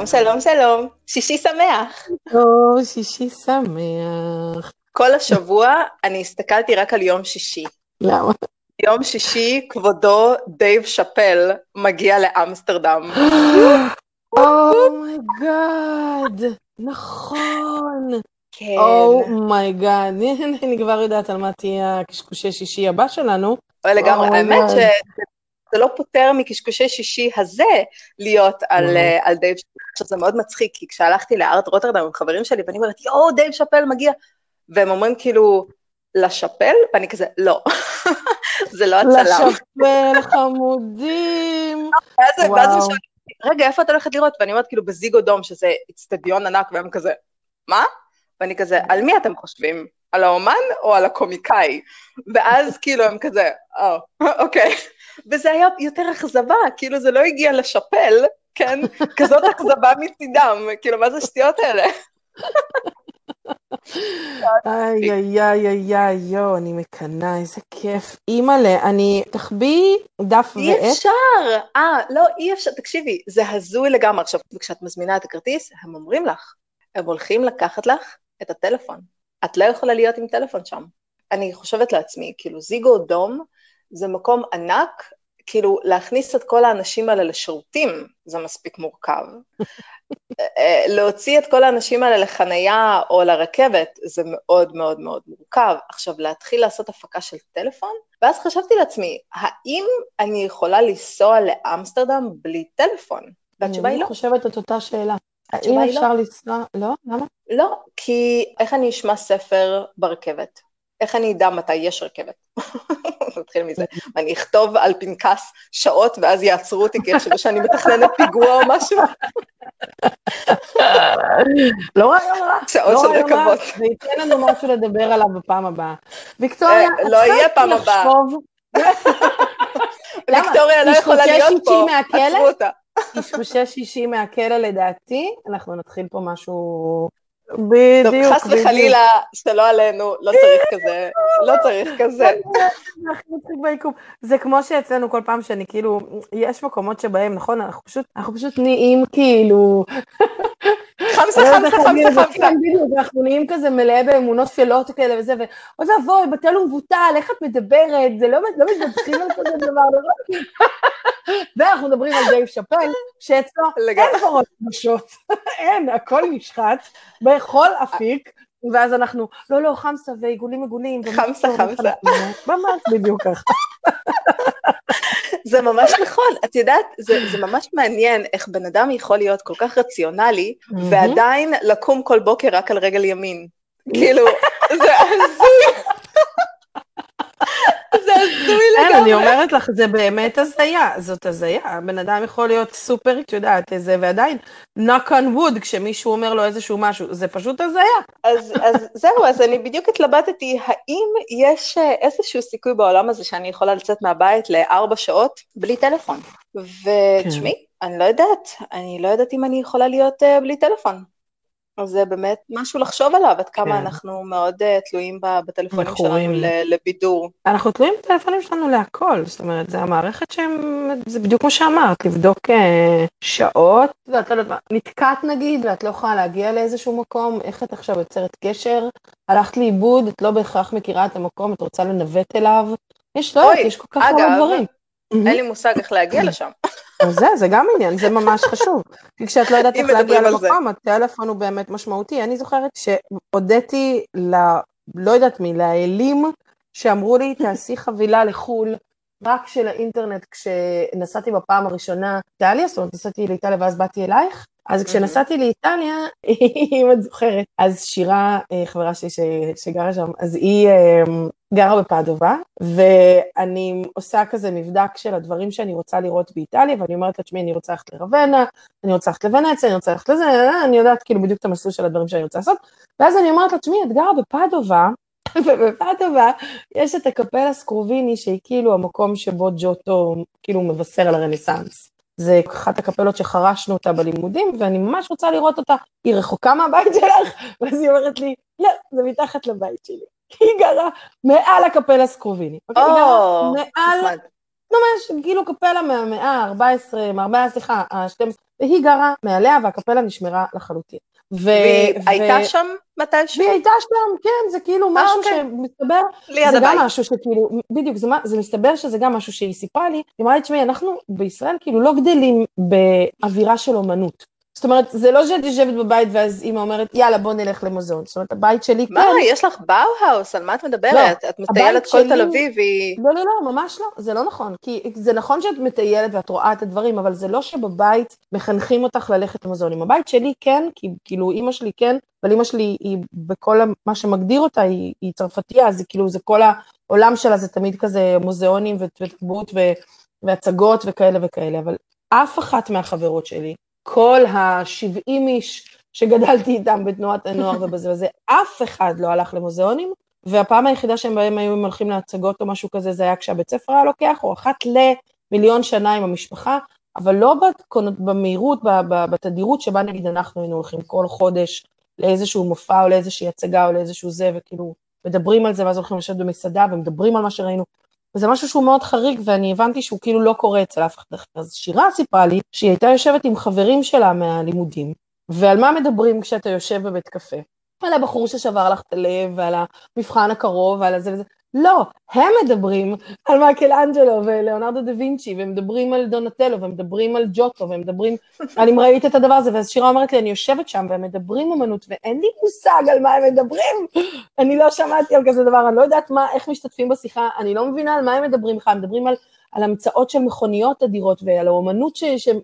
שלום, שלום, שלום, שישי שמח. טוב, שישי שמח. כל השבוע אני הסתכלתי רק על יום שישי. למה? יום שישי, כבודו דייב שאפל מגיע לאמסטרדם. אומייגאד, נכון. כן, אומייגאד, אני כבר יודעת על מה תהיה הקשקושי שישי הבא שלנו. אבל לגמרי, האמת אומייגאד. שזה לא פותר מקשקושי שישי הזה להיות על דייב שאפל. עכשיו זה מאוד מצחיק, כי כשהלכתי לארט רוטרדם עם חברים שלי, ואני אומרת, דייב שאפל מגיע, והם אומרים כאילו, לשאפל? ואני כזה, לא, זה לא הצלם. לשפל חמודים. ואז הם וואו. שואלים, רגע, איפה את הולכת לראות? ואני אומרת, כאילו, בזיגו דום, שזה אצטדיון ענק, והם כזה, מה? ואני כזה, על מי אתם חושבים? על האומן או על הקומיקאי? ואז כאילו הם כזה, אוקיי. וזה היה יותר אכזבה, כאילו זה לא הגיע לשפל, כן? כזאת אכזבה מצידם, כאילו, מה זה השטויות האלה? איי, איי, איי, איי, איי, יו, אני מקנאה, איזה כיף. אימא'לה, תחביא דף אי ועט. אפשר, לא, אי אפשר, תקשיבי, זה הזוי לגמרי. עכשיו, כשאת מזמינה את הכרטיס, הם אומרים לך, הם הולכים לקחת לך את הטלפון. את לא יכולה להיות עם טלפון שם. אני חושבת לעצמי, כאילו, זיגו דום זה מקום ענק, כאילו, להכניס את כל האנשים האלה לשירותים, זה מספיק מורכב. להוציא את כל האנשים האלה לחנייה או לרכבת, זה מאוד מאוד מאוד מורכב. עכשיו, להתחיל לעשות הפקה של טלפון, ואז חשבתי לעצמי, האם אני יכולה לנסוע לאמסטרדם בלי טלפון? והתשובה היא אני לא. חושבת את אותה שאלה. התשובה האם היא לא. אפשר לנסוע? לא? למה? לא, כי איך אני אשמע ספר ברכבת? איך אני אדע מתי יש רכבת? נתחיל מזה. ואני אכתוב על פנקס שעות, ואז יעצרו אותי, כי יחשבו שאני מתכננת פיגוע או משהו. לא רעיון רע, שעות לא של רעיון רע, רכבות. וייתן לנו משהו לדבר עליו בפעם הבאה. ויקטוריה, את לא צריכה יהיה פעם הבאה. לחשוב. למה? ויקטוריה לא יכולה קשקושי להיות שישי פה, מהכלא? עצרו אותה. קשקושי שישי מהכלא לדעתי, אנחנו נתחיל פה משהו... טוב, בדיוק, חס בדיוק. וחלילה, שלא עלינו, לא צריך כזה, לא צריך כזה. זה הכי מצחיק ביקום. זה כמו שאצלנו כל פעם שאני כאילו, יש מקומות שבהם, נכון, אנחנו פשוט נהיים כאילו, חמסה, אני לא יודעת חמסה, איך להגיד חמסה, את זה, חמסה. כן, בדיוק, אנחנו נהיים כזה מלא באמונות טפלות כאלה וזה, ועוד לבוא, בטל ומבוטל, איך את מדברת, זה לא מתבדחים על כזה דבר, ואנחנו מדברים על דייב שאפל, שאצלו אין לגמרי. בורות חדשות, אין, הכל נשחט, בכל אפיק, ואז אנחנו, לא, חמסה ועיגולים עיגולים, חמסה, ומחזור, חמסה. ממש בדיוק ככה. זה ממש נכון, את יודעת, זה ממש מעניין איך בן אדם יכול להיות כל כך רציונלי, ועדיין לקום כל בוקר רק על רגל ימין. כאילו, זה הזוי. זה הזוי אין, אני לגמרי. אומרת לך, זה באמת הזיה, זאת הזיה, בן אדם יכול להיות סופר, את יודעת, איזה, ועדיין, knock on wood, כשמישהו אומר לו איזשהו משהו, זה פשוט הזיה. אז זהו, אז אני בדיוק התלבטתי, האם יש איזשהו סיכוי בעולם הזה שאני יכולה לצאת מהבית ל4 שעות בלי טלפון? כן. ותשמעי, אני לא יודעת אם אני יכולה להיות בלי טלפון. אז זה באמת משהו לחשוב עליו, עד כמה כן, אנחנו מאוד תלויים בטלפונים שלנו מכורים. לבידור. אנחנו תלויים בטלפונים שלנו להכל, זאת אומרת, זה המערכת שהם, זה בדיוק כמו שאמרת, לבדוק שעות, ואת לא יודעת מה, נתקעת נגיד, ואת לא יכולה להגיע לאיזשהו מקום, איך את עכשיו יוצרת קשר, הלכת לאיבוד, את לא בהכרח מכירה את המקום, את רוצה לנווט אליו, יש, לא יודעת, אוי, יש כל כך הרבה אגב, דברים. אין לי מושג איך להגיע לשם, אז זה גם עניין, זה ממש חשוב. כי כשאת לא יודעת אם איך להגיע מדברים על זה. למקום, הטלפון הוא באמת משמעותי. אני זוכרת שהודיתי לא יודעת מי, לאלים, שאמרו לי, תעשי חבילה לחול, רק של האינטרנט, כשנסעתי בפעם הראשונה לאיטליה, זאת אומרת, נסעתי לאיטליה ואז באתי אלייך, אז כשנסעתי לאיטליה, אם את זוכרת, אז שירה, חברה שלי שגרה שם, אז היא גרה בפדובה, ואני עושה כזה מבדק של הדברים שאני רוצה לראות באיטליה, ואני אומרת לעצמי, אני רוצה ללכת לרוונה, אני רוצה ללכת לוונציה, אני רוצה ללכת לזה, אני יודעת כאילו בדיוק את המסלול של הדברים שאני רוצה לעשות, ואז אני אומרת לעצמי, את גרה בפדובה, ובפדובה יש את הקפלה סקרוביני, שהיא כאילו המקום שבו ג'וטו כאילו מבשר על הרנסנס. זה אחת הקפלות שחרשנו אותה בלימודים, ואני ממש רוצה לראות אותה, היא רחוקה מהבית שלך, ואז היא אומרת לי, לא, זה מתחת לבית שלי. היא גרה מעל הקפלה סקרוביני. אוקיי? היא גרה מעל, נחמד. ממש, כאילו קפלה מהמאה ה-14, סליחה, ה-12, והיא גרה מעליה והקפלה נשמרה לחלוטין. והיא הייתה שם מתישהו? והיא הייתה שם, כן, זה כאילו משהו אוקיי. שמסתבר, ליד זה גם הבית. משהו שכאילו, בדיוק, זה מסתבר שזה גם משהו שהיא סיפרה לי, היא אמרה לי, תשמעי, אנחנו בישראל כאילו לא גדלים באווירה של אומנות. זאת אומרת, זה לא שאת יושבת בבית ואז אמא אומרת, יאללה, בוא נלך למוזיאון. זאת אומרת, הבית שלי מה, כן. יש לך באו-האוס, על מה את לא, מדברת? את מטיילת הבית כל שלי, תל אביב, והיא... לא, לא, לא, ממש לא, זה לא נכון, כי זה נכון שאת מטיילת ואת רואה את הדברים, אבל זה לא שבבית מחנכים אותך ללכת למוזיאונים. הבית שלי כן, כי כאילו אמא שלי כן, אבל אמא שלי היא בכל מה שמגדיר אותה, היא צרפתייה, אז כאילו זה כל העולם שלה זה תמיד כזה מוזיאונים ותרבות והצגות וכאלה וכאלה, אבל אף אחת מהחברות שלי, כל ה-70 איש שגדלתי איתם בתנועת הנוער ובזה וזה, אף אחד לא הלך למוזיאונים, והפעם היחידה שהם בהם היו הולכים להצגות או משהו כזה, זה היה כשהבית ספר היה לוקח, או אחת למיליון שנה עם המשפחה, אבל לא במהירות, בתדירות שבה נגיד אנחנו היינו הולכים כל חודש לאיזשהו מופע או לאיזושהי הצגה או לאיזשהו זה, וכאילו מדברים על זה, ואז הולכים לשבת במסעדה ומדברים על מה שראינו, וזה משהו שהוא מאוד חריג, ואני הבנתי שהוא כאילו לא קורה אצל אף אחד. אז שירה סיפרה לי שהיא הייתה יושבת עם חברים שלה מהלימודים, ועל מה מדברים כשאתה יושב בבית קפה? על הבחור ששבר לך את הלב, ועל המבחן הקרוב, ועל זה וזה. לא, הם מדברים על מייקלאנג'לו ולאונרדו דה וינצ'י, והם מדברים על דונטלו, והם מדברים על ג'וטו, והם מדברים על אם ראית את הדבר הזה, ואז שירה אומרת לי, אני יושבת שם, והם מדברים אומנות, ואין לי מושג על מה הם מדברים. אני לא שמעתי על כזה דבר, אני לא יודעת איך משתתפים בשיחה, אני לא מבינה על מה הם מדברים לך, הם מדברים על המצאות של מכוניות אדירות, ועל האומנות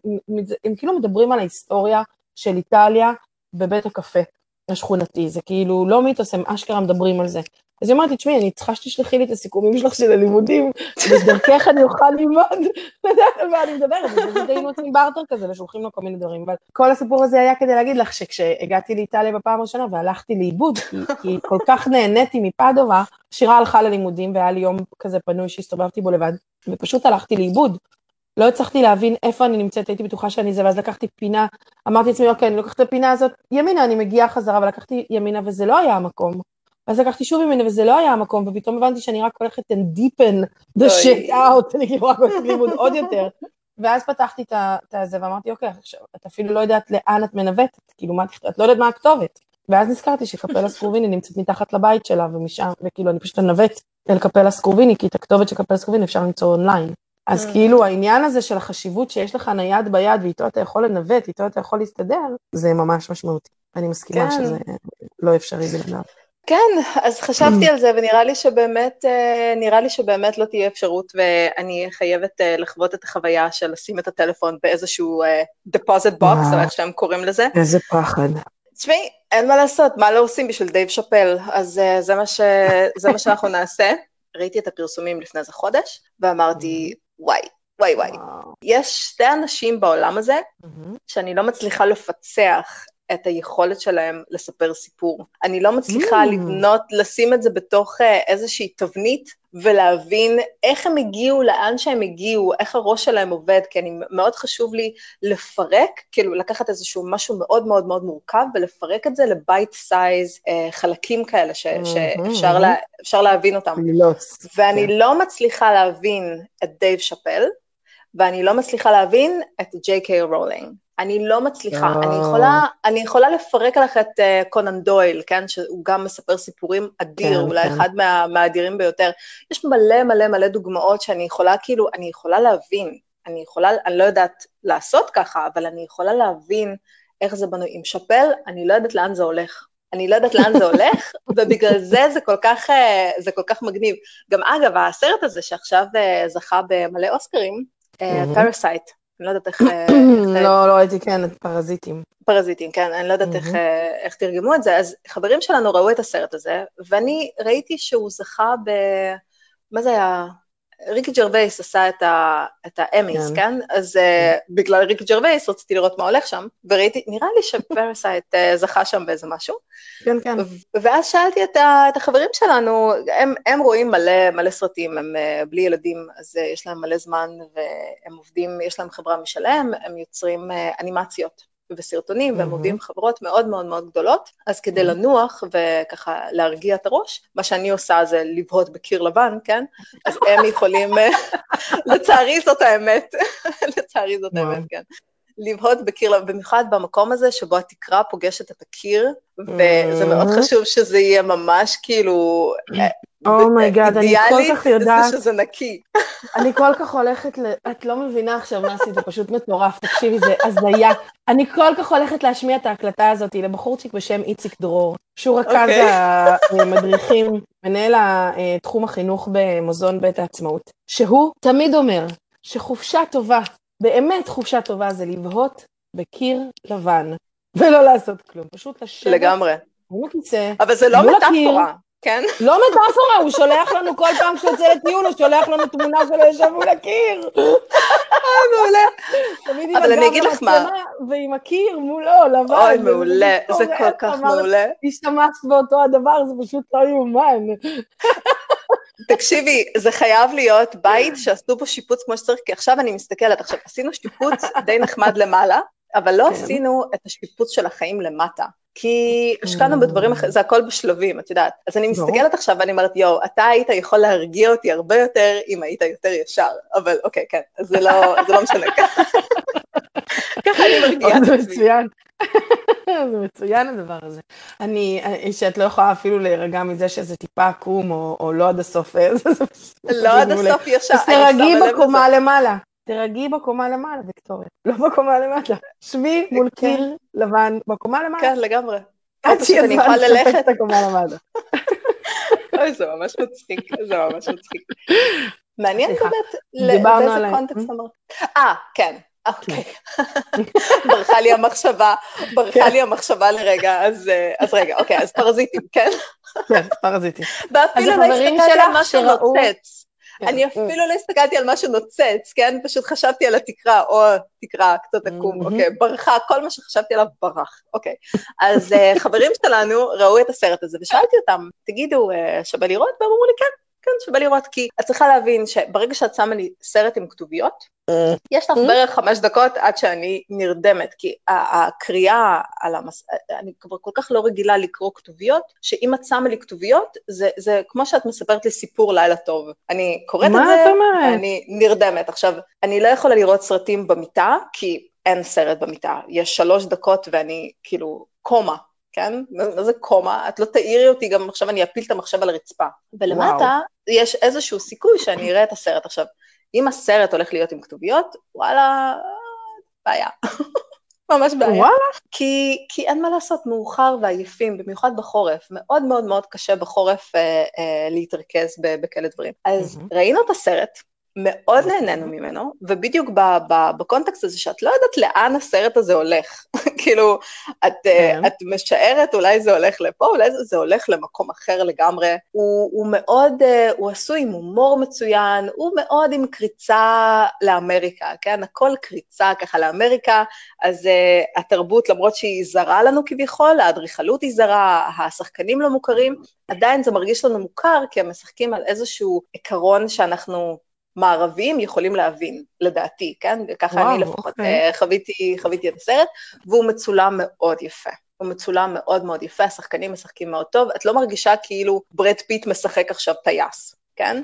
שהם כאילו מדברים על ההיסטוריה של איטליה בבית הקפה השכונתי, זה כאילו לא מיתוס, הם אשכרה מדברים על זה. אז היא אמרת לי, תשמעי, אני צריכה שתשלחי לי את הסיכומים שלך של הלימודים, בדרכך אני אוכל ללמוד, לדעת על מה אני מדברת, ובאמת היינו עושים בארטר כזה, ושולחים לו כל מיני דברים, אבל כל הסיפור הזה היה כדי להגיד לך, שכשהגעתי לאיטליה בפעם הראשונה, והלכתי לאיבוד, כי כל כך נהניתי מפדובה, שירה הלכה ללימודים, והיה לי יום כזה פנוי שהסתובבתי בו לבד, ופשוט הלכתי לאיבוד. לא הצלחתי להבין איפה אני נמצאת, הייתי בטוחה שאני זה, ואז לקחתי פינה, אמרתי לעצמי, אוקיי, אני לוקחת את הפינה הזאת, ימינה, אני מגיעה חזרה, ולקחתי ימינה, וזה לא היה המקום. אז לקחתי שוב ימינה, וזה לא היה המקום, ופתאום הבנתי שאני רק הולכת and deepen the shit out, אני כאילו רק הולכת לימוד עוד יותר. ואז פתחתי את זה, ואמרתי, אוקיי, עכשיו, את אפילו לא יודעת לאן את מנווטת, כאילו, את לא יודעת מה הכתובת. ואז נזכרתי שקפלה סקורביני נמצאת מתחת לבית שלה, ומשם, וכאילו, אני פשוט אנווט אל קפלה סקורביני, כי את הכתובת של קפלה סקורביני אפשר למצוא אונליין. אז כאילו העניין הזה של החשיבות שיש לך נייד ביד, ואיתו אתה יכול לנווט, איתו אתה יכול להסתדר, זה ממש משמעותי. אני מסכימה שזה לא אפשרי בלעדיו. כן, אז חשבתי על זה, ונראה לי שבאמת לא תהיה אפשרות, ואני חייבת לחוות את החוויה של לשים את הטלפון באיזשהו deposit box, או איך שהם קוראים לזה. איזה פחד. תשמעי, אין מה לעשות, מה לא עושים בשביל דייב שאפל, אז זה מה שאנחנו נעשה. ראיתי את הפרסומים לפני איזה חודש, ואמרתי, וואי. יש שתי אנשים בעולם הזה, שאני לא מצליחה לפצח את היכולת שלהם לספר סיפור. אני לא מצליחה לשים את זה בתוך איזושהי תבנית, ולהבין איך הם הגיעו, לאן שהם הגיעו, איך הראש שלהם עובד, כי מאוד חשוב לי לפרק, כאילו לקחת איזשהו משהו מאוד מאוד מאוד מורכב, ולפרק את זה לבייט סייז, חלקים כאלה שאפשר להבין אותם. ואני לא מצליחה להבין את דייב שאפל, ואני לא מצליחה להבין את ג'יי קיי רולינג. אני לא מצליחה, אני יכולה לפרק עליך את קונן דויל, כן, שהוא גם מספר סיפורים אדיר, אולי אחד מהאדירים ביותר. יש מלא דוגמאות שאני יכולה, כאילו, אני יכולה להבין, אני לא יודעת לעשות ככה, אבל אני יכולה להבין איך זה בנוי. עם שאפל, אני לא יודעת לאן זה הולך. ובגלל זה זה כל כך מגניב. גם אגב, הסרט הזה שעכשיו זכה במלא אוסקרים, פרסייט, אני לא יודעת איך... לא ראיתי, כן, את פרזיטים, כן, אני לא יודעת איך תרגמו את זה, אז חברים שלנו ראו את הסרט הזה, ואני ראיתי שהוא זכה מה זה היה? ריקי ג'רווייס עשה את האמיס, כן? אז בגלל ריקי ג'רווייס רציתי לראות מה הולך שם, וראיתי, נראה לי שפרסייט זכה שם באיזה משהו. כן, כן. ואז שאלתי את החברים שלנו, הם רואים מלא סרטים, הם בלי ילדים, אז יש להם מלא זמן, והם עובדים, יש להם חברה משלהם, הם יוצרים אנימציות וסרטונים, והם עובדים חברות מאוד מאוד מאוד גדולות, אז כדי לנוח וככה להרגיע את הראש, מה שאני עושה זה לבהות בקיר לבן, כן? אז הם יכולים, לצערי זאת האמת, כן. לבהות בקיר, במיוחד במקום הזה שבו התקרה פוגשת את הקיר, וזה מאוד חשוב שזה יהיה ממש כאילו, אומייגאד, אני כל אידיאלית כך יודעת, זה שזה נקי. אני כל כך הולכת, את לא מבינה עכשיו מה עשית, זה פשוט מטורף, תקשיבי, זה הזיה. אני כל כך הולכת להשמיע את ההקלטה הזאת לבחורצ'יק בשם איציק דרור, שהוא רכז המדריכים, מנהל תחום החינוך במוזיאון בית העצמאות, שהוא תמיד אומר שחופשה טובה, באמת חופשה טובה, זה לבהות בקיר לבן, ולא לעשות כלום, פשוט לשבת. לגמרי. מול הכיסא, אבל זה לא מטאפורה, כן? לא מטאפורה, הוא שולח לנו כל פעם כשיוצא לטיול, הוא שולח לנו תמונה שלו יושב מול הקיר. מעולה. תמיד עם אבל אני אגיד הגב לך מה. למצלמה, ועם הקיר מולו, לבן. אוי, מעולה, זה כל כך מעולה. השתמשת באותו הדבר, זה פשוט לא יאומן. תקשיבי, זה חייב להיות בית שעשו פה שיפוץ כמו שצריך, כי עכשיו אני מסתכלת, עכשיו עשינו שיפוץ די נחמד למעלה, אבל לא עשינו את השיפוץ של החיים למטה, כי השקענו בדברים אחרים, זה הכל בשלבים, את יודעת. אז אני מסתכלת עכשיו ואני אומרת, יו, אתה היית יכול להרגיע אותי הרבה יותר אם היית יותר ישר, אבל אוקיי, כן, אז זה לא משנה. ככה אני מרגיעה את עצמי. זה מצוין. זה מצוין הדבר הזה. שאת לא יכולה אפילו להירגע מזה שזה טיפה עקום, או לא עד הסוף. לא עד הסוף ישר. אז תרגעי בקומה למעלה. תרגעי בקומה למעלה, ויקטוריה. לא בקומה למטה. שבי מול קיר לבן בקומה למעלה. כן, לגמרי. עד שיהיה זמן לשפק את הקומה למטה. אוי, זה ממש מצחיק. זה ממש מצחיק. מעניין באמת לאיזה קונטקסט אמרת. כן. אוקיי. ברכה לי המחשבה לרגע, אז רגע, אוקיי, אז פרזיטים, כן? כן, פרזיטים. ואפילו לא הסתכלתי על משהו נוצץ. אני אפילו לא הסתכלתי על משהו נוצץ, כן? פשוט חשבתי על התקרה, או תקרה קצת עקום, אוקיי, ברכה, כל מה שחשבתי עליו ברח, אוקיי. אז חברים שלנו ראו את הסרט הזה, ושאלתי אותם, תגידו, שווה לראות? והם אמרו לי, כן, שווה לראות, כי את צריכה להבין שברגע שאת שמה לי סרט עם כתוביות, יש לך בערך 5 דקות עד שאני נרדמת, כי הקריאה על אני כבר כל כך לא רגילה לקרוא כתוביות, שאם את שמה לי כתוביות, זה כמו שאת מספרת לי סיפור לילה טוב. אני קוראת את זה, ואני נרדמת. עכשיו, אני לא יכולה לראות סרטים במיטה, כי אין סרט במיטה. יש 3 דקות ואני כאילו קומה. כן? מה זה קומה? את לא תעירי אותי, גם עכשיו אני אפיל את המחשב על הרצפה. ולמטה יש איזשהו סיכוי שאני אראה את הסרט. עכשיו, אם הסרט הולך להיות עם כתוביות, וואלה, בעיה. ממש בעיה. וואלה? כי אין מה לעשות, מאוחר ועייפים, במיוחד בחורף. מאוד מאוד מאוד קשה בחורף להתרכז בכאלה דברים. אז ראינו את הסרט, מאוד נהנינו ממנו, ובדיוק בקונטקסט הזה שאת לא יודעת לאן הסרט הזה הולך, כאילו, את משערת אולי זה הולך לפה, אולי זה הולך למקום אחר לגמרי, הוא עשוי עם הומור מצוין, הוא מאוד עם קריצה לאמריקה, כן? הכל קריצה ככה לאמריקה, אז התרבות, למרות שהיא זרה לנו כביכול, האדריכלות היא זרה, השחקנים לא מוכרים, עדיין זה מרגיש לנו מוכר, כי הם משחקים על איזשהו עיקרון שאנחנו מערבים יכולים להבין, לדעתי, כן? וככה אני לפחות חוויתי את הסרט, והוא מצולם מאוד יפה. הוא מצולם מאוד מאוד יפה, השחקנים משחקים מאוד טוב, את לא מרגישה כאילו ברד פיט משחק עכשיו טייס, כן?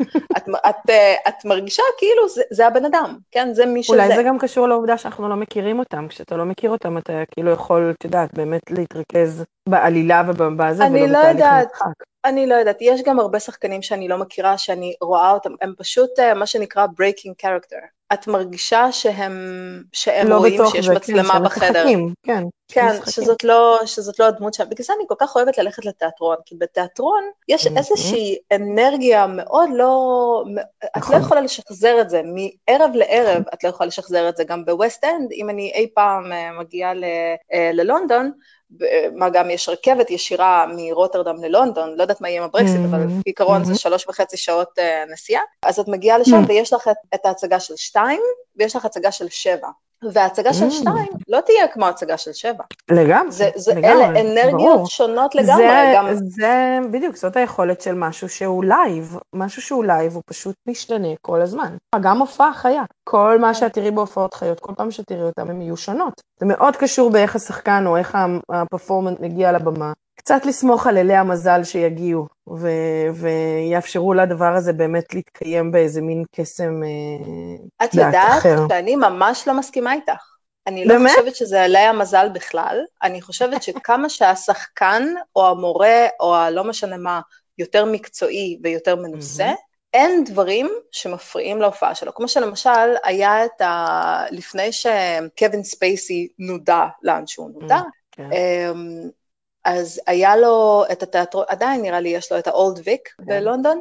את מרגישה כאילו זה הבן אדם, כן? זה מי שזה. אולי זה גם קשור לעובדה שאנחנו לא מכירים אותם, כשאתה לא מכיר אותם, אתה כאילו יכול, תדעת, באמת להתרכז בעלילה ובזה, ולא בתהליך משחק. אני לא יודעת, יש גם הרבה שחקנים שאני לא מכירה, שאני רואה אותם, הם פשוט מה שנקרא breaking character. את מרגישה שהם לא רואים שיש זה, מצלמה בחדר. כן, שזאת לא הדמות שם. בגלל זה אני כל כך אוהבת ללכת לתיאטרון, כי בתיאטרון יש איזושהי אנרגיה מאוד לא, את לא יכולה לשחזר את זה, מערב לערב את לא יכולה לשחזר את זה, גם בווסט אנד, אם אני אי פעם מגיעה ללונדון, מה גם יש רכבת ישירה מרוטרדם ללונדון, לא יודעת מה יהיה עם הברקסיט, אבל בעיקרון זה 3.5 שעות נסיעה, אז את מגיעה לשם ויש לך את ההצגה של 2, ויש לך הצגה של 7, וההצגה של 2 לא תהיה כמו ההצגה של 7. לגמרי. אלה אנרגיות שונות לגמרי. זה בדיוק, זאת היכולת של משהו שהוא לייב, משהו שהוא לייב, הוא פשוט משתנה כל הזמן. גם הופעה חיה, כל מה שאת תראי בהופעות חיות, כל פעם שתראי אותם הם יהיו שונות. זה מאוד קשור באיך השחקן או איך הפרפורמנט מגיע לבמה. קצת לסמוך על אלי המזל שיגיעו, ויאפשרו לדבר הזה באמת להתקיים באיזה מין קסם את יודעת שאני ממש לא מסכימה איתך. אני לא חושבת שזה עליה מזל בכלל, אני חושבת שכמה שהשחקן או המורה או הלא משנה מה יותר מקצועי ויותר מנוסה, אין דברים שמפריעים להופעה שלו. כמו שלמשל היה לפני שקווין ספייסי נודע לאן שהוא נודע, אז היה לו את התיאטרון, עדיין נראה לי יש לו את האולד ויק בלונדון,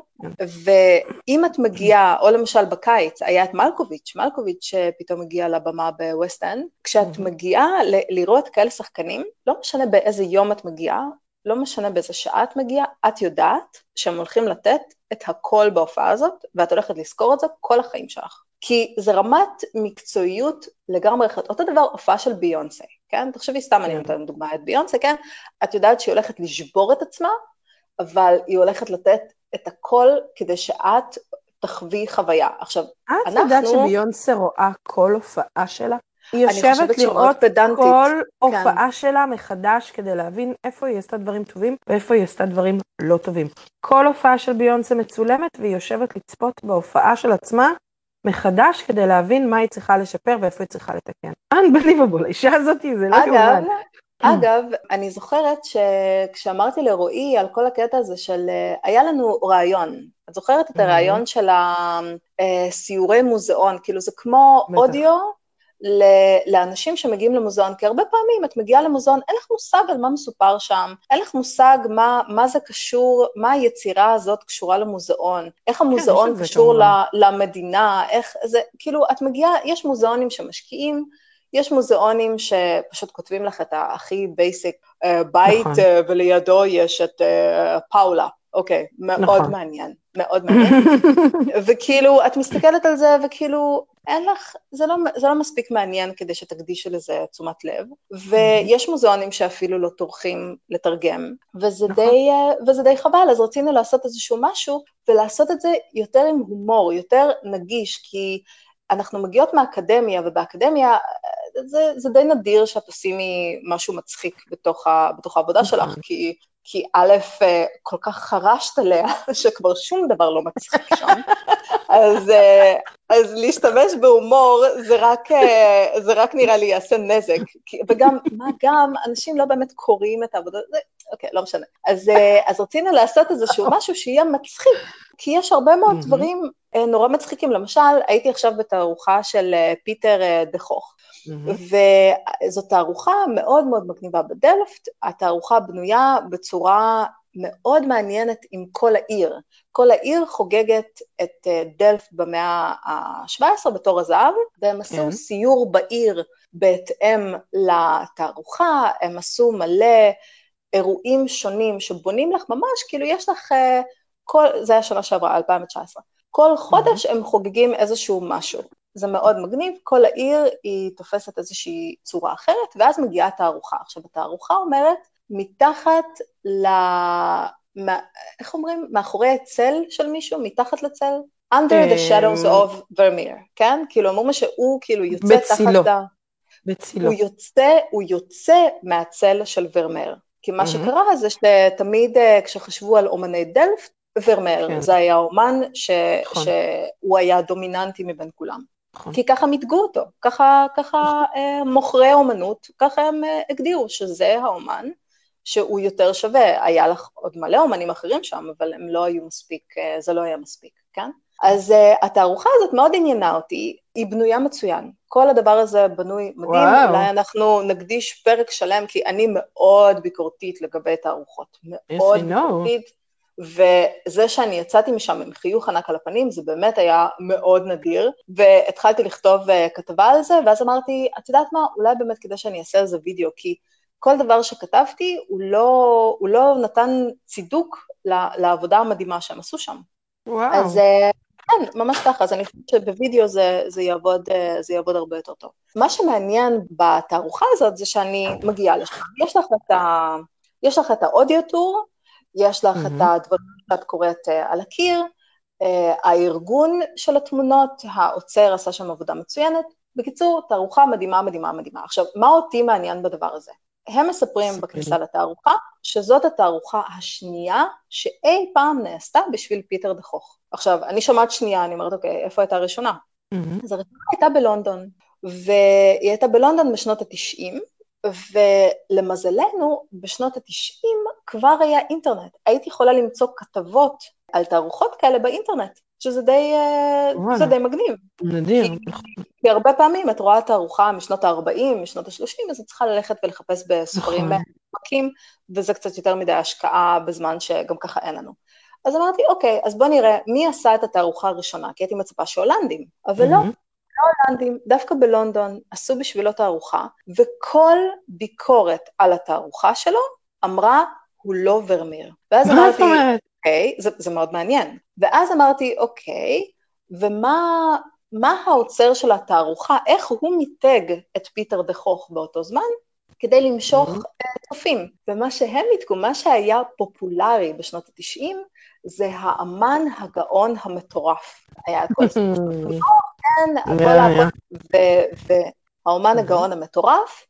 ואם את מגיעה, או למשל בקיץ, היה את מלקוביץ' שפתאום הגיע לבמה בווסט אנד, כשאת מגיעה לראות כאלה שחקנים, לא משנה באיזה יום את מגיעה, לא משנה באיזה שעה את מגיעה, את יודעת שהם הולכים לתת את הכל בהופעה הזאת, ואת הולכת לזכור את זה כל החיים שלך. כי זה רמת מקצועיות לגמרי אחת. אותו דבר הופעה של ביונסה, כן? תחשבי סתם אני נותנת דוגמה את ביונסה, כן? את יודעת שהיא הולכת לשבור את עצמה, אבל היא הולכת לתת את הכל כדי שאת תחווי חוויה. עכשיו, את יודעת שביונסה רואה כל הופעה שלה? היא אני יושבת חושבת שהיא מאוד לראות פדנטית. כל הופעה שלה מחדש כדי להבין איפה היא עשתה דברים טובים ואיפה היא עשתה דברים לא טובים. כל הופעה של ביונסה מצולמת והיא יושבת לצפות בהופעה של עצמה מחדש כדי להבין מה היא צריכה לשפר ואיפה היא צריכה לתקן. Unbelievable, האישה הזאת זה לא כמובן. אגב, אני זוכרת שכשאמרתי לרועי על כל הקטע הזה של, היה לנו רעיון, את זוכרת את הרעיון של הסיורי מוזיאון, כאילו זה כמו אודיו, לאנשים שמגיעים למוזיאון, כי הרבה פעמים את מגיעה למוזיאון, אין לך מושג על מה מסופר שם, אין לך מושג מה זה קשור, מה היצירה הזאת קשורה למוזיאון, איך המוזיאון קשור למדינה, איך זה, כאילו את מגיעה, יש מוזיאונים שמשקיעים, יש מוזיאונים שפשוט כותבים לך את הכי בייסיק, בית ולידו יש את פאולה, אוקיי, מאוד מעניין, מאוד מעניין, וכאילו את מסתכלת על זה וכאילו אין לך, זה לא מספיק מעניין כדי שתקדישי לזה תשומת לב, ויש מוזיאונים שאפילו לא טורחים לתרגם, וזה די חבל, אז רצינו לעשות איזשהו משהו, ולעשות את זה יותר עם הומור, יותר נגיש, כי אנחנו מגיעות מהאקדמיה, ובאקדמיה זה די נדיר שאת עושימי משהו מצחיק בתוך העבודה שלך, כי א', כל כך חרשת עליה, שכבר שום דבר לא מצחיק שם, אז להשתמש בהומור, זה רק נראה לי יעשה נזק, וגם, מה גם, אנשים לא באמת קוראים את העבודה, אוקיי, לא משנה. אז רצינו לעשות איזשהו משהו שיהיה מצחיק, כי יש הרבה מאוד דברים נורא מצחיקים, למשל, הייתי עכשיו בתערוכה של פיטר דחוך, וזאת תערוכה מאוד מאוד מגניבה בדלפט, התערוכה בנויה בצורה מאוד מעניינת עם כל העיר, כל העיר חוגגת את דלפט במאה ה-17 בתור הזהב, והם עשו סיור בעיר בהתאם לתערוכה, הם עשו מלא אירועים שונים שבונים לך ממש, כאילו יש לך, זה היה שנה שעברה, 2019, כל חודש הם חוגגים איזשהו משהו, זה מאוד מגניב, כל העיר היא תופסת איזושהי צורה אחרת, ואז מגיעה התערוכה. עכשיו, התערוכה אומרת, מתחת איך אומרים? מאחורי הצל של מישהו, מתחת לצל? Under the shadows of Vermeer, כן? כאילו, אמרו שהוא כאילו יוצא תחת בצילו. הוא יוצא מהצל של ורמר. כי מה שקרה זה שתמיד כשחשבו על אומני דלפט, ורמר, זה היה אומן שהוא היה דומיננטי מבין כולם. כי ככה מתגו אותו, ככה מוכרי אומנות, ככה הם הגדירו שזה האומן, שהוא יותר שווה, היה לך עוד מלא אומנים אחרים שם, אבל הם לא היו מספיק, זה לא היה מספיק, כן? אז התערוכה הזאת מאוד עניינה אותי, היא בנויה מצוין, כל הדבר הזה בנוי מדהים, אולי אנחנו נקדיש פרק שלם, כי אני מאוד ביקורתית לגבי תערוכות, מאוד ביקורתית, וזה שאני יצאתי משם עם חיוך ענק על הפנים, זה באמת היה מאוד נדיר, והתחלתי לכתוב כתבה על זה, ואז אמרתי, את יודעת מה, אולי באמת כדי שאני אעשה על זה וידאו, כי כל דבר שכתבתי, הוא לא נתן צידוק לעבודה המדהימה שהם עשו שם. וואו. אז כן, ממש ככה, אז אני חושבת שבווידאו זה יעבוד הרבה יותר טוב. מה שמעניין בתערוכה הזאת, זה שאני מגיעה לשם, יש לך את האודיו טור, יש לך את הדברים שאת קוראת על הקיר, הארגון של התמונות, העוצר עשה שם עבודה מצוינת, בקיצור, תערוכה מדהימה, מדהימה, מדהימה. עכשיו, מה אותי מעניין בדבר הזה? הם מספרים בכניסה לתערוכה, שזאת התערוכה השנייה שאי פעם נעשתה בשביל פיטר דחוך. עכשיו, אני שומעת שנייה, אני אומרת, אוקיי, איפה הייתה הראשונה? אז הראשונה הייתה בלונדון, והיא הייתה בלונדון בשנות ה-90, ולמזלנו בשנות ה-90 כבר היה אינטרנט. הייתי יכולה למצוא כתבות על תערוכות כאלה באינטרנט, שזה די מגניב. נדיר. כי הרבה פעמים את רואה תערוכה משנות ה-40, משנות ה-30, אז את צריכה ללכת ולחפש בספרים מקים, וזה קצת יותר מדי השקעה בזמן שגם ככה אין לנו. אז אמרתי, אוקיי, אז בוא נראה מי עשה את התערוכה הראשונה, כי הייתי מצפה שהולנדים, אבל לא הולנדים, דווקא בלונדון, עשו בשבילו תערוכה, וכל ביקורת על התערוכה שלו אמרה, הוא לא ורמיר. ואז אמרתי, אוקיי, זה מאוד מעניין. ואז אמרתי, אוקיי, ומה האוצר של התערוכה, איך הוא מיתג את פיטר דה חוך באותו זמן, כדי למשוך צופים. ומה שהם מיתגו, מה שהיה פופולרי בשנות ה-90, זה האמן הגאון המטורף. היה את כל סיפור כן, הכל, והאומן הגאון המטורף,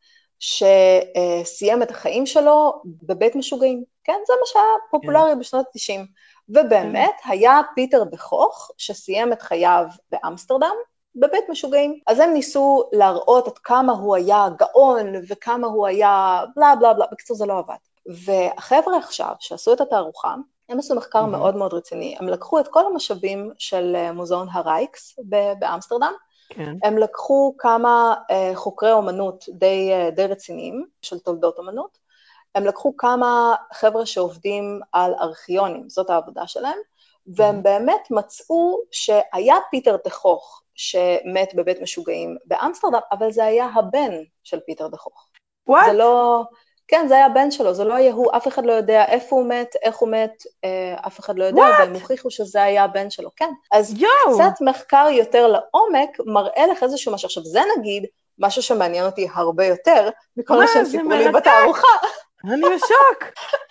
שסיים את החיים שלו בבית משוגעים. כן, זה מה שהיה פופולרי בשנות ה-90. ובאמת היה פיטר דה חוך, שסיים את חייו באמסטרדם, בבית משוגעים. אז הם ניסו להראות עד כמה הוא היה גאון, וכמה הוא היה בלה בלה בלה, בקצור זה לא עבד. והחבר'ה עכשיו, שעשו את התערוכה, הם עשו מחקר מאוד מאוד רציני. הם לקחו את כל המשאבים של מוזיאון הרייקס באמסטרדם, הם לקחו כמה חוקרי אומנות די רציניים, של תולדות אומנות, הם לקחו כמה חבר'ה שעובדים על ארכיונים, זאת העבודה שלהם, והם באמת מצאו שהיה פיטר דה חוך שמת בבית משוגעים באמסטרדם, אבל זה היה הבן של פיטר דה חוך. זה לא, כן, זה היה הבן שלו, זה לא היה הוא, אף אחד לא יודע איפה הוא מת, איך הוא מת, אף אחד לא יודע, והם הוכיחו שזה היה הבן שלו, כן. אז קצת מחקר יותר לעומק מראה לך איזשהו משהו. עכשיו, זה נגיד משהו שמעניין אותי הרבה יותר, מכל מה שהם סיפרו לי בתערוכה. אני בשוק.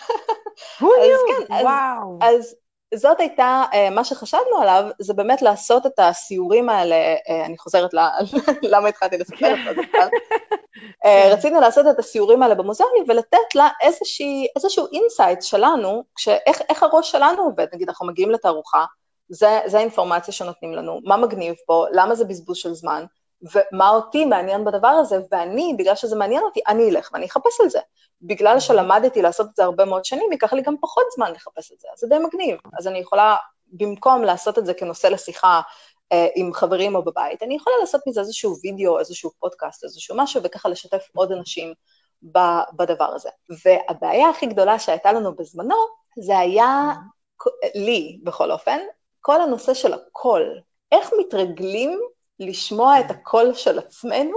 וואו. אז זאת הייתה, מה שחשבנו עליו, זה באמת לעשות את הסיורים האלה, אני חוזרת למה התחלתי לספר את זה בכלל, רצינו לעשות את הסיורים האלה במוזיאונים, ולתת לה איזשהו אינסייט שלנו, איך הראש שלנו עובד, נגיד אנחנו מגיעים לתערוכה, זה האינפורמציה שנותנים לנו, מה מגניב פה, למה זה בזבוז של זמן, ומה אותי מעניין בדבר הזה, ואני, בגלל שזה מעניין אותי, אני אלך ואני אחפש על זה. בגלל שלמדתי לעשות את זה הרבה מאוד שנים, ייקח לי גם פחות זמן לחפש את זה, אז זה די מגניב. אז אני יכולה, במקום לעשות את זה כנושא לשיחה עם חברים או בבית, אני יכולה לעשות מזה איזשהו וידאו, איזשהו פודקאסט, איזשהו משהו, וככה לשתף עוד אנשים בדבר הזה. והבעיה הכי גדולה שהייתה לנו בזמנו, זה היה, לי בכל אופן, כל הנושא של הקול. איך מתרגלים לשמוע את הקול של עצמנו?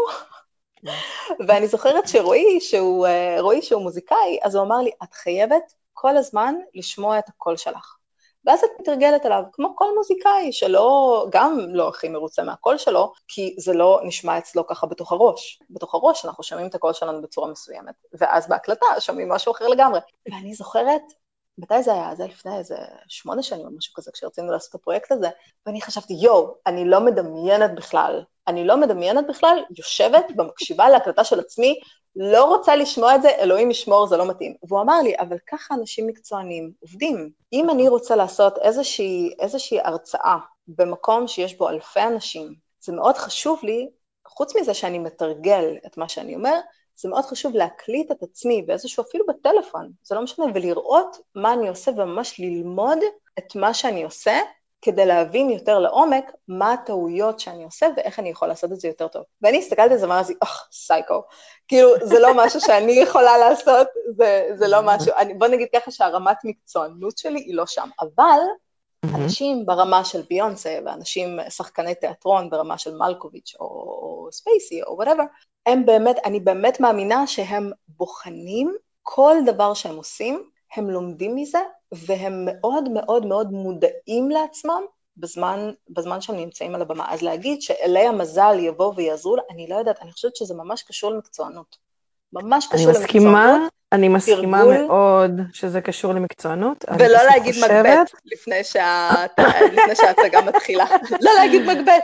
ואני זוכרת שרועי, שהוא מוזיקאי, אז הוא אמר לי, את חייבת כל הזמן לשמוע את הקול שלך. ואז את מתרגלת עליו, כמו כל מוזיקאי, שלא, גם לא הכי מרוצה מהקול שלו, כי זה לא נשמע אצלו ככה בתוך הראש. בתוך הראש אנחנו שומעים את הקול שלנו בצורה מסוימת, ואז בהקלטה שומעים משהו אחר לגמרי. ואני זוכרת, מתי זה היה? זה לפני איזה 8 שנים או משהו כזה, כשרצינו לעשות את הפרויקט הזה, ואני חשבתי, אני לא מדמיינת בכלל, יושבת במקשיבה להקלטה של עצמי, לא רוצה לשמוע את זה, אלוהים ישמור, זה לא מתאים. והוא אמר לי, אבל ככה אנשים מקצוענים עובדים. אם אני רוצה לעשות איזושהי הרצאה במקום שיש בו אלפי אנשים, זה מאוד חשוב לי, חוץ מזה שאני מתרגל את מה שאני אומר, זה מאוד חשוב להקליט את עצמי באיזשהו אפילו בטלפון, זה לא משנה, ולראות מה אני עושה וממש ללמוד את מה שאני עושה, כדי להבין יותר לעומק מה הטעויות שאני עושה ואיך אני יכול לעשות את זה יותר טוב. ואני הסתכלתי על זה ואמרתי, סייקו, כאילו זה לא משהו שאני יכולה לעשות, זה לא משהו, בוא נגיד ככה שהרמת מקצוענות שלי היא לא שם, אבל אנשים ברמה של ביונסה, ואנשים שחקני תיאטרון ברמה של מלקוביץ' או ספייסי או whatever, אני באמת מאמינה שהם בוחנים כל דבר שהם עושים, הם לומדים מזה, והם מאוד מאוד מאוד מודעים לעצמם בזמן שהם נמצאים על הבמה. אז להגיד שאלי המזל יבוא ויעזרו לה, אני לא יודעת, אני חושבת שזה ממש קשור למקצוענות. ממש קשור למקצוענות. אני מסכימה מאוד שזה קשור למקצוענות. ולא להגיד מגבט לפני שההצגה מתחילה. לא להגיד מגבט.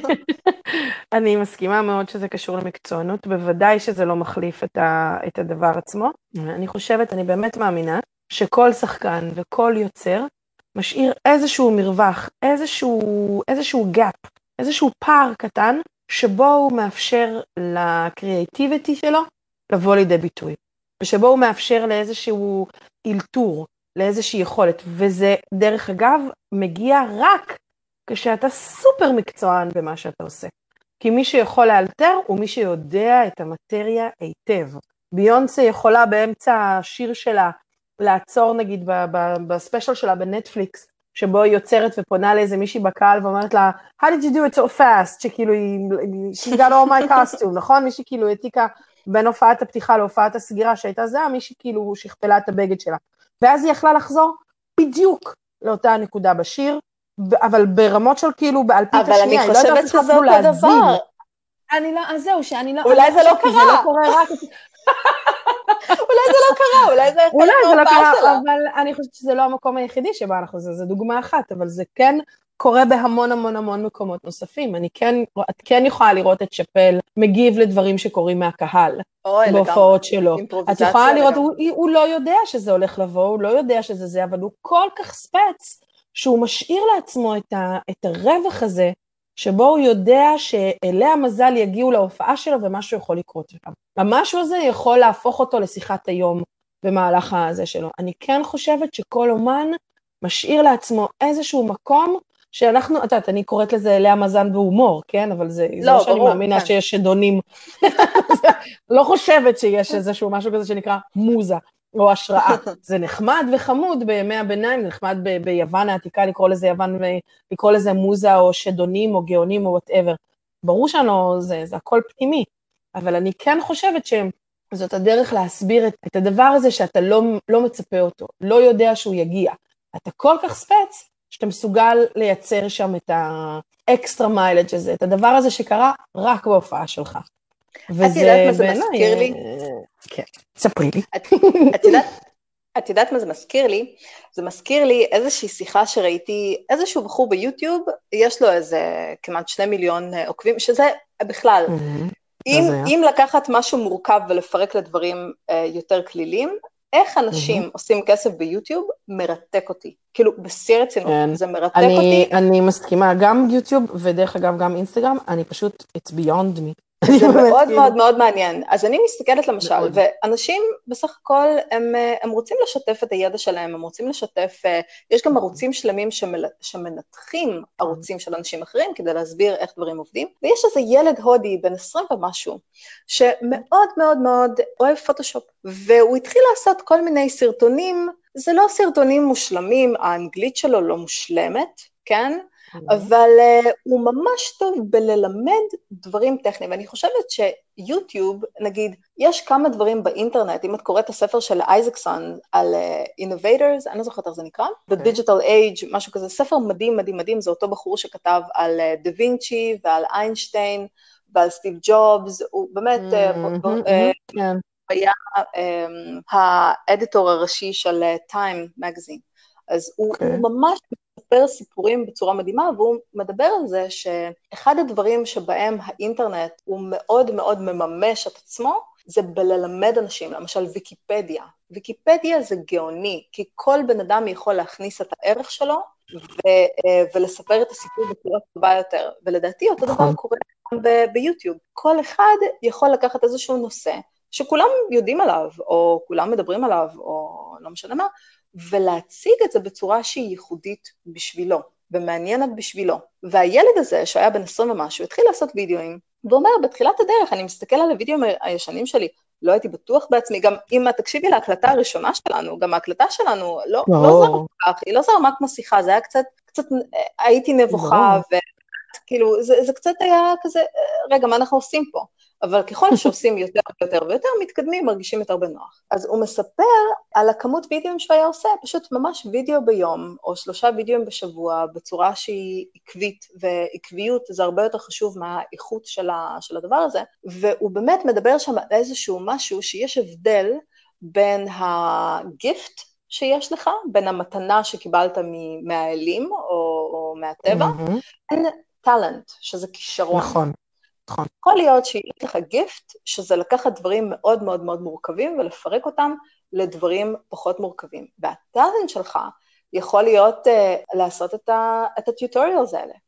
אני מסכימה מאוד שזה קשור למקצוענות, בוודאי שזה לא מחליף את הדבר עצמו. אני באמת מאמינה שכל שחקן וכל יוצר משאיר איזשהו מרווח, איזשהו גאפ, איזשהו פער קטן, שבו הוא מאפשר לקריאטיביטי שלו לבוא לידי ביטוי, ושבו הוא מאפשר לאיזשהו אילתור, לאיזושהי יכולת, וזה דרך אגב מגיע רק כשאתה סופר מקצוען במה שאתה עושה. כי מי שיכול לאלתר הוא מי שיודע את המטריה היטב. ביונסה יכולה באמצע השיר שלה לעצור נגיד בספיישל שלה בנטפליקס, שבו היא יוצרת ופונה לאיזה מישהי בקהל ואומרת לה, How did you do it so fast? שכאילו she got all my costume, נכון? מישהי כאילו העתיקה בין הופעת הפתיחה להופעת הסגירה שהייתה זהה, מישהי כאילו שכפלה את הבגד שלה. ואז היא יכלה לחזור בדיוק לאותה הנקודה בשיר, אבל ברמות של כאילו באלפית השנייה, אבל אני חושבת שזה אותו דבר. אני לא, אז זהו, שאני לא... אולי זה לא קרה. זה לא קורה רק... אולי זה לא קרה, אולי זה אולי זה לא קרה, אבל אני חושבת שזה לא המקום היחידי שבה אנחנו, זה דוגמה אחת, אבל זה כן קורה בהמון המון המון מקומות נוספים. את כן יכולה לראות את שאפל מגיב לדברים שקורים מהקהל, בהופעות שלו. את יכולה לראות, הוא לא יודע שזה הולך לבוא, הוא לא יודע שזה זה, אבל הוא כל כך ספץ, שהוא משאיר לעצמו את הרווח הזה, שבו הוא יודע שאלי המזל יגיעו להופעה שלו ומשהו יכול לקרות שם. המשהו הזה יכול להפוך אותו לשיחת היום במהלך הזה שלו. אני כן חושבת שכל אומן משאיר לעצמו איזשהו מקום שאנחנו, את יודעת, אני קוראת לזה אלי המזל בהומור, כן? אבל זה לא שאני מאמינה שיש שדונים. לא חושבת שיש איזשהו משהו כזה שנקרא מוזה. או השראה. זה נחמד וחמוד בימי הביניים, זה נחמד ביוון העתיקה לקרוא לזה יוון ולקרוא לזה מוזה או שדונים או גאונים או whatever. ברור שלנו זה הכל פנימי, אבל אני כן חושבת שזאת הדרך להסביר את הדבר הזה שאתה לא מצפה אותו, לא יודע שהוא יגיע. אתה כל כך ספץ שאתה מסוגל לייצר שם את האקסטרה מיילג' הזה, את הדבר הזה שקרה רק בהופעה שלך. את יודעת מה זה מזכיר לי? כן, ספרי לי. את יודעת מה זה מזכיר לי? זה מזכיר לי איזושהי שיחה שראיתי, איזשהו בחור ביוטיוב, יש לו איזה כמעט 2 מיליון עוקבים, שזה בכלל, אם לקחת משהו מורכב ולפרק לדברים יותר כלילים, איך אנשים עושים כסף ביוטיוב, מרתק אותי. כאילו, בשיא רצינות, זה מרתק אותי. אני מסכימה, גם יוטיוב, ודרך אגב גם אינסטגרם, אני פשוט, it's beyond me. זה מאוד מאוד מאוד מעניין. אז אני מסתכלת למשל, ואנשים בסך הכל, הם רוצים לשתף את הידע שלהם, הם רוצים לשתף, יש גם ערוצים שלמים שמנתחים ערוצים של אנשים אחרים, כדי להסביר איך דברים עובדים, ויש איזה ילד הודי בן 20 ומשהו, שמאוד מאוד מאוד אוהב פוטושופ, והוא התחיל לעשות כל מיני סרטונים, זה לא סרטונים מושלמים, האנגלית שלו לא מושלמת, כן? אבל הוא ממש טוב בללמד דברים טכניים, ואני חושבת שיוטיוב, נגיד, יש כמה דברים באינטרנט, אם את קוראת את הספר של אייזקסון על Innovators, אני לא זוכרת איך זה נקרא, The Digital Age, משהו כזה, ספר מדהים, מדהים, מדהים, זה אותו בחור שכתב על דה וינצ'י ועל איינשטיין ועל סטיב ג'ובס, הוא באמת היה האדיטור הראשי של Time Magazine, אז הוא ממש מספר סיפורים בצורה מדהימה, והוא מדבר על זה שאחד הדברים שבהם האינטרנט הוא מאוד מאוד מממש את עצמו, זה בללמד אנשים, למשל ויקיפדיה. ויקיפדיה זה גאוני, כי כל בן אדם יכול להכניס את הערך שלו, ולספר את הסיפור בצורה טובה יותר, ולדעתי אותו דבר קורה גם ביוטיוב. כל אחד יכול לקחת איזשהו נושא, שכולם יודעים עליו, או כולם מדברים עליו, או לא משנה מה, ולהציג את זה בצורה שהיא ייחודית בשבילו, ומעניינת בשבילו. והילד הזה, שהיה בן 20 ומשהו, התחיל לעשות וידאוים, ואומר, בתחילת הדרך, אני מסתכל על הוידאוים הישנים שלי, לא הייתי בטוח בעצמי, גם אם את תקשיבי להקלטה הראשונה שלנו, גם ההקלטה שלנו לא זרמה כך, היא לא זרמה כמו שיחה, זה היה קצת הייתי נבוכה, וכאילו, זה קצת היה כזה, רגע, מה אנחנו עושים פה? אבל ככל שעושים יותר ויותר ויותר, מתקדמים, מרגישים יותר בנוח. אז הוא מספר על הכמות וידאוים שהוא היה עושה, פשוט ממש וידאו ביום, או 3 וידאוים בשבוע, בצורה שהיא עקבית, ועקביות זה הרבה יותר חשוב מהאיכות של הדבר הזה, והוא באמת מדבר שם על איזשהו משהו, שיש הבדל בין הגיפט שיש לך, בין המתנה שקיבלת מהאלים, או מהטבע, בין טלנט, שזה כישרון. נכון. יכול להיות שיש לך גיפט, שזה לקחת דברים מאוד מאוד מאוד מורכבים, ולפרק אותם לדברים פחות מורכבים. והטלנט שלך יכול להיות לעשות את הטיוטוריאלס האלה.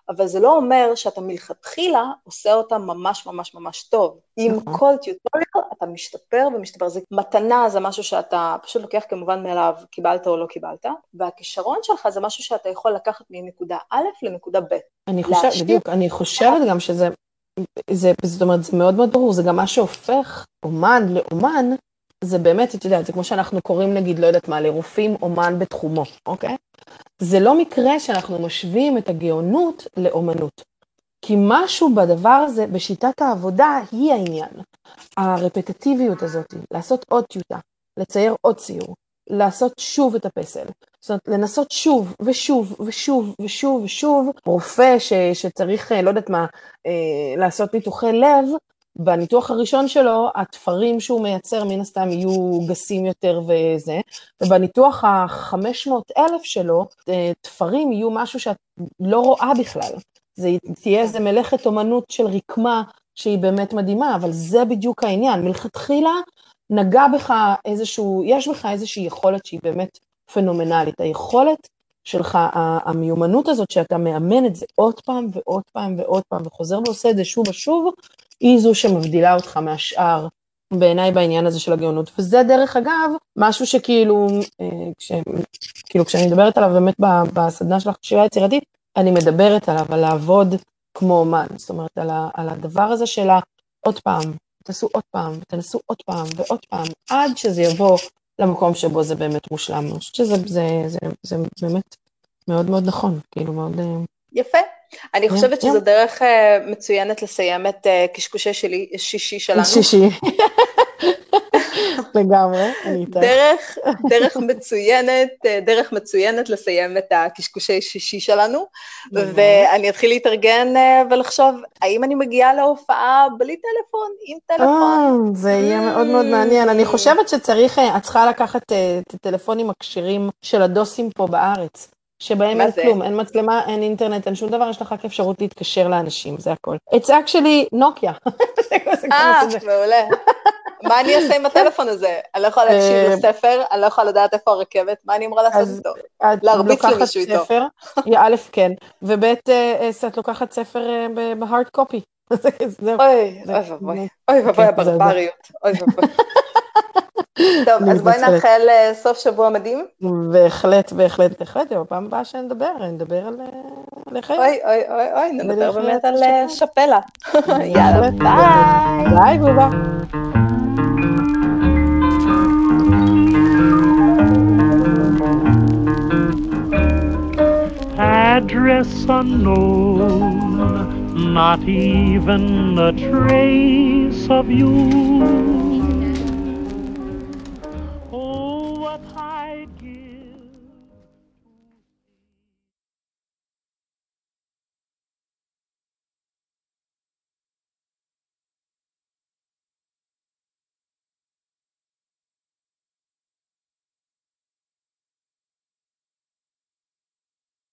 אבל זה לא אומר שאתה מלכתחילה עושה אותה ממש ממש ממש טוב. עם כל טיוטוריאל אתה משתפר ומשתפר, זה מתנה, זה משהו שאתה פשוט לוקח כמובן מאליו, קיבלת או לא קיבלת, והכישרון שלך זה משהו שאתה יכול לקחת מנקודה א' לנקודה ב'. אני חושבת גם שזה, זאת אומרת, זה מאוד מאוד ברור, זה גם מה שהופך אומן לאומן, זה באמת, אתה יודע, זה כמו שאנחנו קוראים נגיד, לא יודעת מה, לרופאים אומן בתחומו, אוקיי? זה לא מקרה שאנחנו משווים את הגאונות לאומנות. כי משהו בדבר הזה, בשיטת העבודה, היא העניין. הרפטטיביות הזאת, לעשות עוד טיוטה, לצייר עוד ציור, לעשות שוב את הפסל. זאת אומרת, לנסות שוב ושוב ושוב ושוב ושוב, רופא שצריך, לא יודעת מה, לעשות ניתוחי לב, בניתוח הראשון שלו, התפרים שהוא מייצר מן הסתם יהיו גסים יותר וזה, ובניתוח ה-500,000 שלו, תפרים יהיו משהו שאת לא רואה בכלל. זה תהיה איזה מלאכת אומנות של רקמה שהיא באמת מדהימה, אבל זה בדיוק העניין. מלכתחילה נגע בך יש בך איזושהי יכולת שהיא באמת פנומנלית. היכולת שלך, המיומנות הזאת שאתה מאמן את זה עוד פעם ועוד פעם ועוד פעם, וחוזר ועושה את זה שוב ושוב, היא זו שמבדילה אותך מהשאר, בעיניי בעניין הזה של הגאונות. וזה דרך אגב, משהו שכאילו, כשאני מדברת עליו באמת בסדנה של החשיבה יצירתית, אני מדברת עליו, על לעבוד כמו אומן, זאת אומרת, על הדבר הזה של עוד פעם, תעשו עוד פעם, ותנסו עוד פעם ועוד פעם, עד שזה יבוא למקום שבו זה באמת מושלם. אני חושבת שזה באמת מאוד מאוד נכון, כאילו מאוד... יפה. אני חושבת שזו דרך מצוינת לסיים את קשקושי שישי שלנו. שישי. לגמרי, אני איתך. דרך מצוינת לסיים את הקשקושי שישי שלנו, ואני אתחיל להתארגן ולחשוב, האם אני מגיעה להופעה בלי טלפון, עם טלפון? זה יהיה מאוד מאוד מעניין. אני חושבת שצריך, את צריכה לקחת את הטלפונים הקשירים של הדוסים פה בארץ. שבהם אין כלום, אין מצלמה, אין אינטרנט, אין שום דבר, יש לך רק אפשרות להתקשר לאנשים, זה הכל. It's actually נוקיה. מעולה. מה אני אעשה עם הטלפון הזה? אני לא יכולה להקשיב לספר, אני לא יכולה לדעת איפה הרכבת, מה אני אמורה לעשות איתו? להרביץ למישהו איתו. א', כן, וב', את לוקחת ספר בהארד קופי. אוי ואבוי, הברבריות. אוי ואבוי. טוב, אז בואי נאחל סוף שבוע מדהים. בהחלט, ובפעם הבאה שנדבר על לחיים. אוי, נדבר באמת על שפלה. יאללה, ביי. ביי, בובה. Address unknown, not even a trace of you.